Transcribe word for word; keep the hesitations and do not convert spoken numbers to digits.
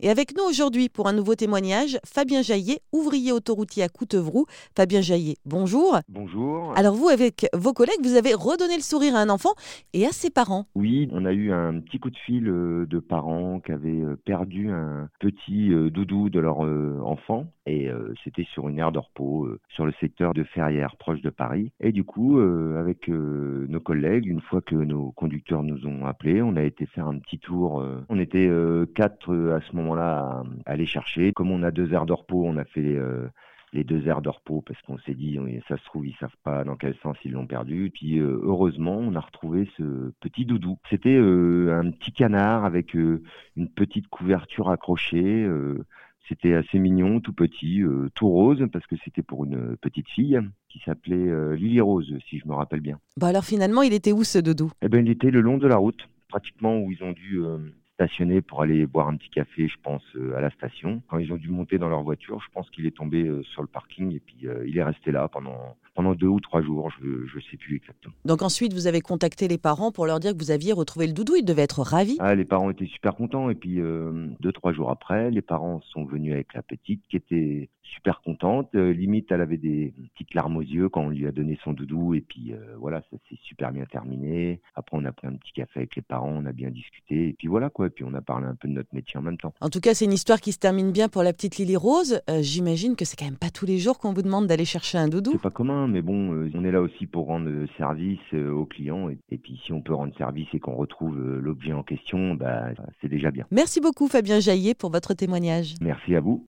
Et avec nous aujourd'hui pour un nouveau témoignage, Fabien Jaillet, ouvrier autoroutier à Coutevroux. Fabien Jaillet, bonjour. Bonjour. Alors vous, avec vos collègues, vous avez redonné le sourire à un enfant et à ses parents. Oui, on a eu un petit coup de fil euh, de parents qui avaient euh, perdu un petit euh, doudou de leur euh, enfant et euh, c'était sur une aire de repos euh, sur le secteur de Ferrières, proche de Paris. Et du coup, euh, avec euh, nos collègues, une fois que nos conducteurs nous ont appelés, on a été faire un petit tour. euh, on était euh, quatre euh, à ce moment-là à, à aller chercher. Comme on a deux aires de repos, on a fait euh, les deux aires de repos parce qu'on s'est dit, oui, ça se trouve, ils savent pas dans quel sens ils l'ont perdu. Puis euh, heureusement, on a retrouvé ce petit doudou. C'était euh, un petit canard avec euh, une petite couverture accrochée. euh, C'était assez mignon, tout petit, euh, tout rose, parce que c'était pour une petite fille qui s'appelait euh, Lily Rose, si je me rappelle bien. Bah alors finalement, il était où ce doudou? Eh ben, il était le long de la route, pratiquement où ils ont dû euh, stationner pour aller boire un petit café, je pense, euh, à la station. Quand ils ont dû monter dans leur voiture, je pense qu'il est tombé euh, sur le parking et puis euh, il est resté là pendant pendant deux ou trois jours, je ne sais plus exactement. Donc ensuite, vous avez contacté les parents pour leur dire que vous aviez retrouvé le doudou. Ils devaient être ravis. Ah, les parents étaient super contents et puis euh, deux, trois jours après, les parents sont venus avec la petite qui était super contente. Euh, limite, elle avait des petites larmes aux yeux quand on lui a donné son doudou et puis euh, voilà, ça s'est super bien terminé. Après, on a pris un petit café avec les parents, on a bien discuté et puis voilà quoi. Et puis on a parlé un peu de notre métier en même temps. En tout cas, c'est une histoire qui se termine bien pour la petite Lily Rose. Euh, j'imagine que c'est quand même pas tous les jours qu'on vous demande d'aller chercher un doudou. C'est pas commun, mais bon, euh, on est là aussi pour rendre euh, service euh, aux clients et, et puis si on peut rendre service et qu'on retrouve euh, l'objet en question, bah, c'est déjà bien. Merci beaucoup Fabien Jaillet pour votre témoignage. Merci à vous.